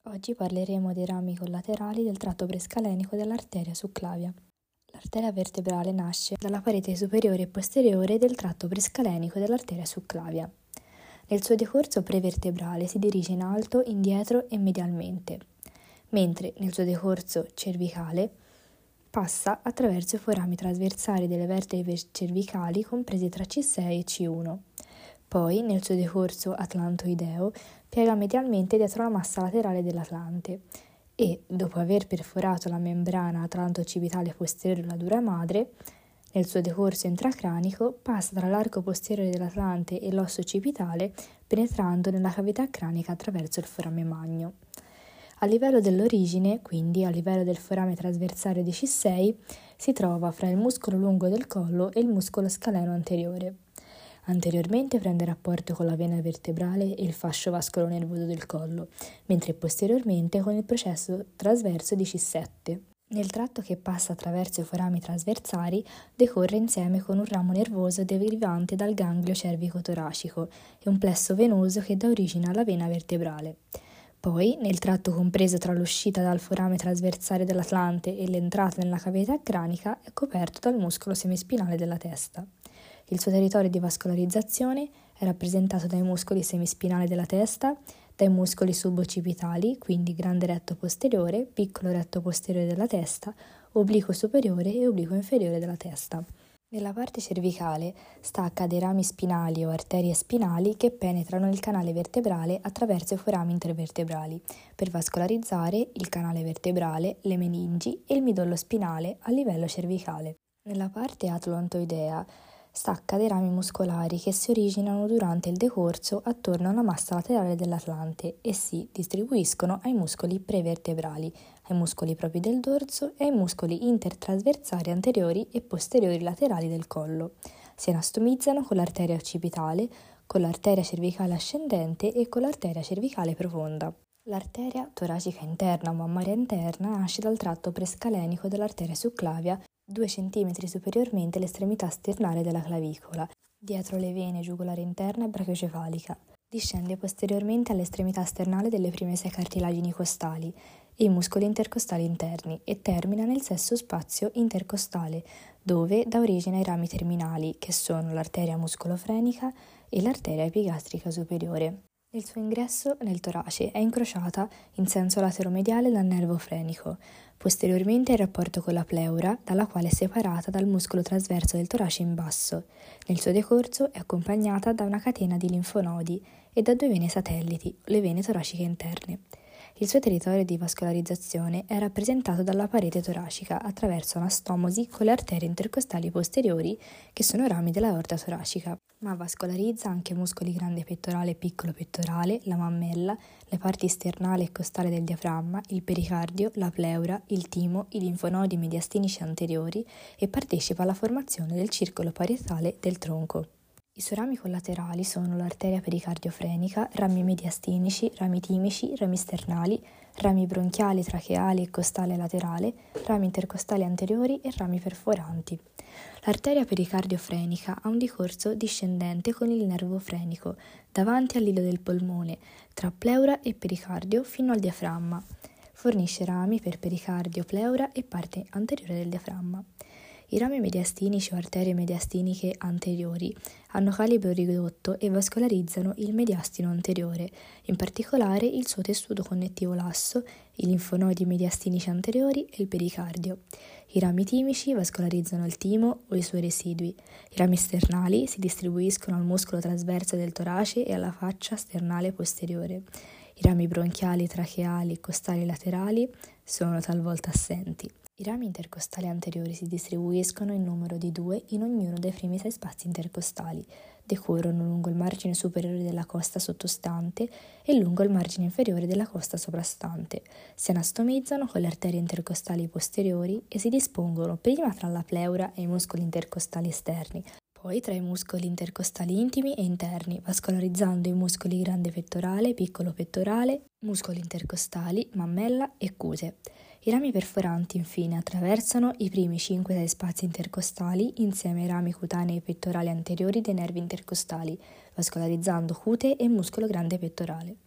Oggi parleremo dei rami collaterali del tratto prescalenico dell'arteria succlavia. L'arteria vertebrale nasce dalla parete superiore e posteriore del tratto prescalenico dell'arteria succlavia. Nel suo decorso prevertebrale si dirige in alto, indietro e medialmente, mentre nel suo decorso cervicale passa attraverso i forami trasversali delle vertebre cervicali compresi tra C6 e C1. Poi, nel suo decorso atlantoideo, piega medialmente dietro la massa laterale dell'atlante e, dopo aver perforato la membrana atlanto-occipitale posteriore della dura madre, nel suo decorso intracranico passa tra l'arco posteriore dell'atlante e l'osso occipitale, penetrando nella cavità cranica attraverso il forame magno. A livello dell'origine, quindi a livello del forame trasversale di C6, si trova fra il muscolo lungo del collo e il muscolo scaleno anteriore. Anteriormente prende rapporto con la vena vertebrale e il fascio vascolo-nervoso del collo, mentre posteriormente con il processo trasverso di C7. Nel tratto che passa attraverso i forami trasversali decorre insieme con un ramo nervoso derivante dal ganglio cervico-toracico e un plesso venoso che dà origine alla vena vertebrale. Poi, nel tratto compreso tra l'uscita dal forame trasversale dell'atlante e l'entrata nella cavità cranica, è coperto dal muscolo semispinale della testa. Il suo territorio di vascolarizzazione è rappresentato dai muscoli semispinali della testa, dai muscoli suboccipitali, quindi grande retto posteriore, piccolo retto posteriore della testa, obliquo superiore e obliquo inferiore della testa. Nella parte cervicale stacca dei rami spinali o arterie spinali che penetrano il canale vertebrale attraverso i forami intervertebrali per vascolarizzare il canale vertebrale, le meningi e il midollo spinale a livello cervicale. Nella parte atlantoidea stacca dei rami muscolari che si originano durante il decorso attorno alla massa laterale dell'atlante e si distribuiscono ai muscoli prevertebrali, ai muscoli propri del dorso e ai muscoli intertrasversali anteriori e posteriori laterali del collo. Si anastomizzano con l'arteria occipitale, con l'arteria cervicale ascendente e con l'arteria cervicale profonda. L'arteria toracica interna o mammaria interna nasce dal tratto prescalenico dell'arteria succlavia 2 cm superiormente all'estremità sternale della clavicola, dietro le vene giugulare interna e brachiocefalica. Discende posteriormente all'estremità sternale delle prime 6 cartilagini costali e i muscoli intercostali interni e termina nel sesto spazio intercostale, dove dà origine ai rami terminali, che sono l'arteria muscolofrenica e l'arteria epigastrica superiore. Nel suo ingresso nel torace è incrociata in senso lateromediale dal nervo frenico, posteriormente in rapporto con la pleura, dalla quale è separata dal muscolo trasverso del torace in basso. Nel suo decorso è accompagnata da una catena di linfonodi e da 2 vene satelliti, le vene toraciche interne. Il suo territorio di vascolarizzazione è rappresentato dalla parete toracica attraverso anastomosi con le arterie intercostali posteriori, che sono rami dell'aorta toracica, ma vascolarizza anche muscoli grande pettorale e piccolo pettorale, la mammella, le parti sternale e costale del diaframma, il pericardio, la pleura, il timo, i linfonodi mediastinici anteriori e partecipa alla formazione del circolo parietale del tronco. I suoi rami collaterali sono l'arteria pericardiofrenica, rami mediastinici, rami timici, rami sternali, rami bronchiali, tracheali e costale laterale, rami intercostali anteriori e rami perforanti. L'arteria pericardiofrenica ha un decorso discendente con il nervo frenico, davanti all'ilo del polmone, tra pleura e pericardio fino al diaframma. Fornisce rami per pericardio, pleura e parte anteriore del diaframma. I rami mediastinici o arterie mediastiniche anteriori hanno calibro ridotto e vascolarizzano il mediastino anteriore, in particolare il suo tessuto connettivo lasso, i linfonodi mediastinici anteriori e il pericardio. I rami timici vascolarizzano il timo o i suoi residui. I rami sternali si distribuiscono al muscolo trasverso del torace e alla faccia sternale posteriore. I rami bronchiali, tracheali e costali laterali sono talvolta assenti. I rami intercostali anteriori si distribuiscono in numero di 2 in ognuno dei primi 6 spazi intercostali, decorrono lungo il margine superiore della costa sottostante e lungo il margine inferiore della costa soprastante, si anastomizzano con le arterie intercostali posteriori e si dispongono prima tra la pleura e i muscoli intercostali esterni, poi tra i muscoli intercostali intimi e interni, vascolarizzando i muscoli grande pettorale, piccolo pettorale, muscoli intercostali, mammella e cute. I rami perforanti infine attraversano i primi 5-6 spazi intercostali insieme ai rami cutanei e pettorali anteriori dei nervi intercostali, vascolarizzando cute e muscolo grande pettorale.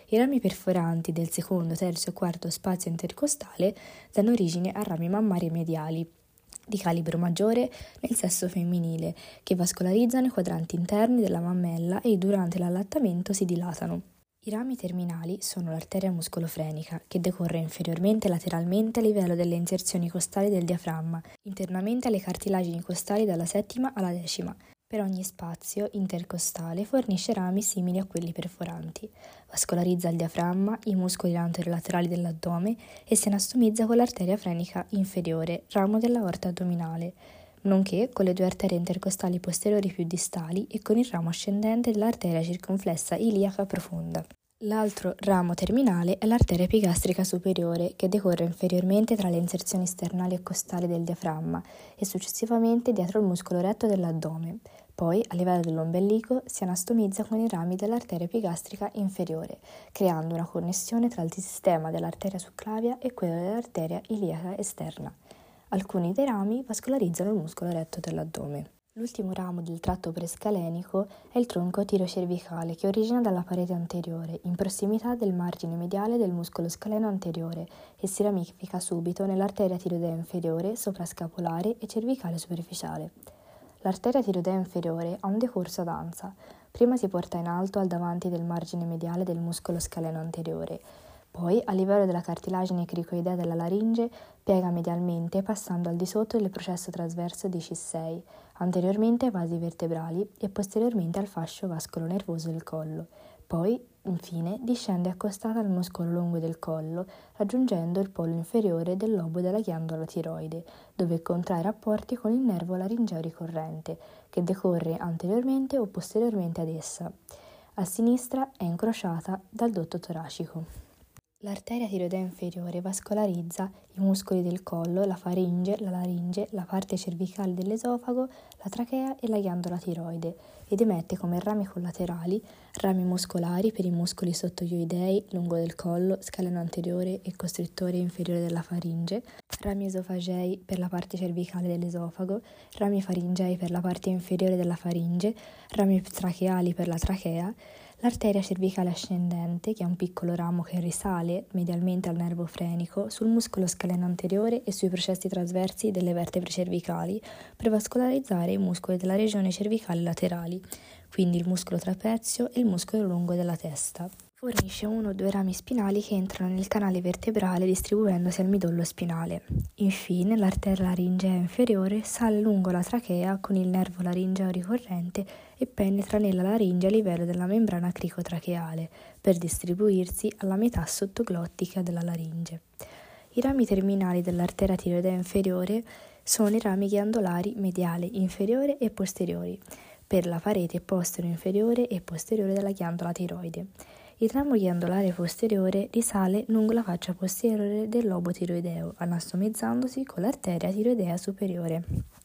I rami perforanti del secondo, terzo e quarto spazio intercostale danno origine a rami mammari mediali di calibro maggiore nel sesso femminile, che vascolarizzano i quadranti interni della mammella e durante l'allattamento si dilatano. I rami terminali sono l'arteria muscolofrenica, che decorre inferiormente e lateralmente a livello delle inserzioni costali del diaframma, internamente alle cartilagini costali dalla settima alla decima. Per ogni spazio intercostale fornisce rami simili a quelli perforanti. Vascolarizza il diaframma, i muscoli anterolaterali dell'addome e si anastomizza con l'arteria frenica inferiore, ramo dell'aorta addominale, nonché con le due arterie intercostali posteriori più distali e con il ramo ascendente dell'arteria circonflessa iliaca profonda. L'altro ramo terminale è l'arteria epigastrica superiore, che decorre inferiormente tra le inserzioni sternali e costali del diaframma e successivamente dietro il muscolo retto dell'addome. Poi, a livello dell'ombelico, si anastomizza con i rami dell'arteria epigastrica inferiore, creando una connessione tra il sistema dell'arteria succlavia e quello dell'arteria iliaca esterna. Alcuni dei rami vascolarizzano il muscolo retto dell'addome. L'ultimo ramo del tratto prescalenico è il tronco tirocervicale, che origina dalla parete anteriore, in prossimità del margine mediale del muscolo scaleno anteriore, e si ramifica subito nell'arteria tiroidea inferiore, soprascapolare e cervicale superficiale. L'arteria tiroidea inferiore ha un decorso ad ansa. Prima si porta in alto al davanti del margine mediale del muscolo scaleno anteriore, poi, a livello della cartilagine cricoidea della laringe, piega medialmente passando al di sotto del processo trasverso di C6, anteriormente ai vasi vertebrali e posteriormente al fascio vascolo-nervoso del collo. Poi, infine, discende accostata al muscolo lungo del collo, raggiungendo il polo inferiore del lobo della ghiandola tiroide, dove contrae rapporti con il nervo laringeo ricorrente, che decorre anteriormente o posteriormente ad essa. A sinistra è incrociata dal dotto toracico. L'arteria tiroidea inferiore vascolarizza i muscoli del collo, la faringe, la laringe, la parte cervicale dell'esofago, la trachea e la ghiandola tiroide ed emette come rami collaterali rami muscolari per i muscoli sottoioidei lungo del collo, scaleno anteriore e costrittore inferiore della faringe, rami esofagei per la parte cervicale dell'esofago, rami faringei per la parte inferiore della faringe, rami tracheali per la trachea, l'arteria cervicale ascendente, che è un piccolo ramo che risale medialmente al nervo frenico, sul muscolo scaleno anteriore e sui processi trasversi delle vertebre cervicali per vascolarizzare i muscoli della regione cervicale laterali, quindi il muscolo trapezio e il muscolo lungo della testa. Fornisce uno o due rami spinali che entrano nel canale vertebrale distribuendosi al midollo spinale. Infine, l'arteria laringea inferiore sale lungo la trachea con il nervo laringeo ricorrente e penetra nella laringe a livello della membrana cricotracheale per distribuirsi alla metà sottoglottica della laringe. I rami terminali dell'arteria tiroidea inferiore sono i rami ghiandolari mediale, inferiore e posteriori, per la parete postero-inferiore e posteriore della ghiandola tiroide. Il ramo ghiandolare posteriore risale lungo la faccia posteriore del lobo tiroideo, anastomizzandosi con l'arteria tiroidea superiore.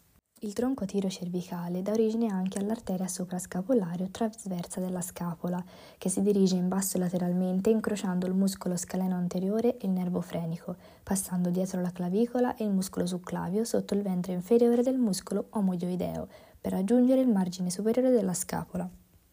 Il tronco tirocervicale dà origine anche all'arteria soprascapolare o trasversa della scapola, che si dirige in basso lateralmente incrociando il muscolo scaleno anteriore e il nervo frenico, passando dietro la clavicola e il muscolo succlavio sotto il ventre inferiore del muscolo omoioideo, per raggiungere il margine superiore della scapola.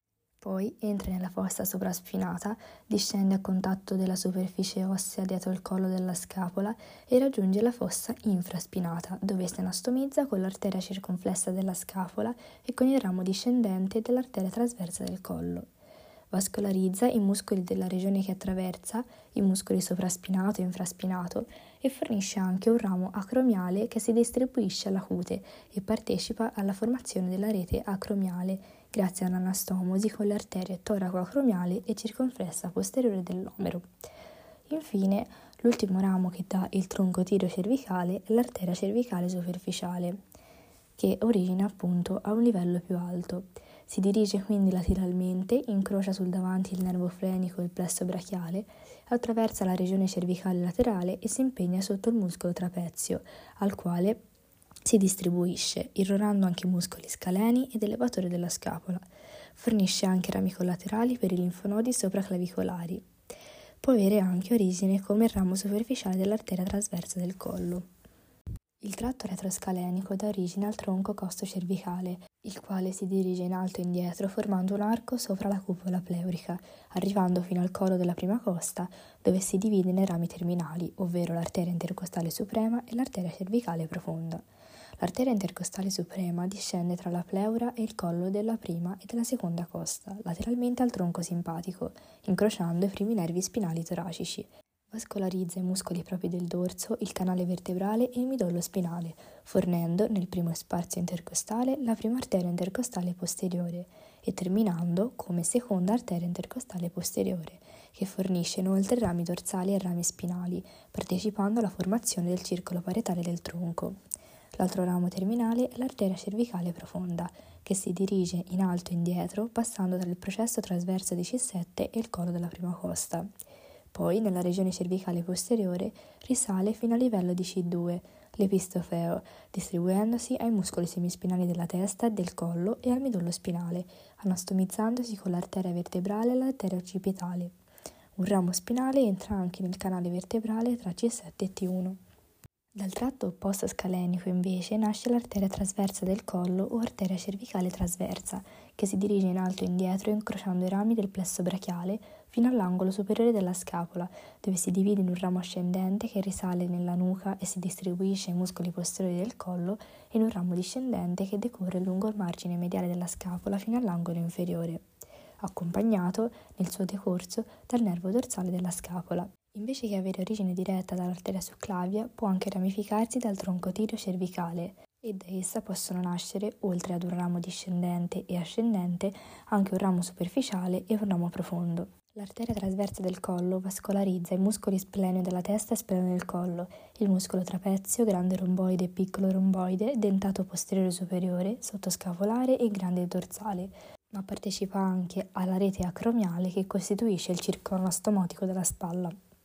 Poi entra nella fossa sovraspinata, discende a contatto della superficie ossea dietro il collo della scapola e raggiunge la fossa infraspinata, dove si anastomizza con l'arteria circonflessa della scapola e con il ramo discendente dell'arteria trasversa del collo. Vascolarizza i muscoli della regione che attraversa, i muscoli sovraspinato e infraspinato, e fornisce anche un ramo acromiale che si distribuisce alla cute e partecipa alla formazione della rete acromiale, grazie all'anastomosi con le arterie toraco-acromiale e circonflessa posteriore dell'omero. Infine, l'ultimo ramo che dà il tronco tirocervicale è l'arteria cervicale superficiale, che origina appunto a un livello più alto. Si dirige quindi lateralmente, incrocia sul davanti il nervo frenico e il plesso brachiale, attraversa la regione cervicale laterale e si impegna sotto il muscolo trapezio, al quale si distribuisce, irrorando anche i muscoli scaleni ed elevatori della scapola. Fornisce anche rami collaterali per i linfonodi sopraclavicolari. Può avere anche origine come ramo superficiale dell'arteria trasversa del collo. Il tratto retroscalenico dà origine al tronco costo-cervicale, il quale si dirige in alto e indietro formando un arco sopra la cupola pleurica, arrivando fino al collo della prima costa, dove si divide nei rami terminali, ovvero l'arteria intercostale suprema e l'arteria cervicale profonda. L'arteria intercostale suprema discende tra la pleura e il collo della prima e della seconda costa, lateralmente al tronco simpatico, incrociando i primi nervi spinali toracici. Vascolarizza i muscoli propri del dorso, il canale vertebrale e il midollo spinale, fornendo, nel primo spazio intercostale, la prima arteria intercostale posteriore e terminando come seconda arteria intercostale posteriore, che fornisce inoltre rami dorsali e rami spinali, partecipando alla formazione del circolo parietale del tronco. L'altro ramo terminale è l'arteria cervicale profonda, che si dirige in alto e indietro, passando tra il processo trasverso di C7 e il collo della prima costa. Poi, nella regione cervicale posteriore, risale fino al livello di C2, l'epistofeo, distribuendosi ai muscoli semispinali della testa e del collo e al midollo spinale, anastomizzandosi con l'arteria vertebrale e l'arteria occipitale. Un ramo spinale entra anche nel canale vertebrale tra C7 e T1. Dal tratto opposto scalenico invece nasce l'arteria trasversa del collo o arteria cervicale trasversa, che si dirige in alto e indietro incrociando i rami del plesso brachiale fino all'angolo superiore della scapola, dove si divide in un ramo ascendente che risale nella nuca e si distribuisce ai muscoli posteriori del collo e in un ramo discendente che decorre lungo il margine mediale della scapola fino all'angolo inferiore, accompagnato nel suo decorso dal nervo dorsale della scapola. Invece che avere origine diretta dall'arteria succlavia, può anche ramificarsi dal tronco tirio-cervicale e da essa possono nascere, oltre ad un ramo discendente e ascendente, anche un ramo superficiale e un ramo profondo. L'arteria trasversa del collo vascolarizza i muscoli spleneo della testa e spleneo del collo, il muscolo trapezio, grande romboide e piccolo romboide, dentato posteriore superiore, sottoscapolare e grande dorsale, ma partecipa anche alla rete acromiale che costituisce il circolo anastomotico della spalla.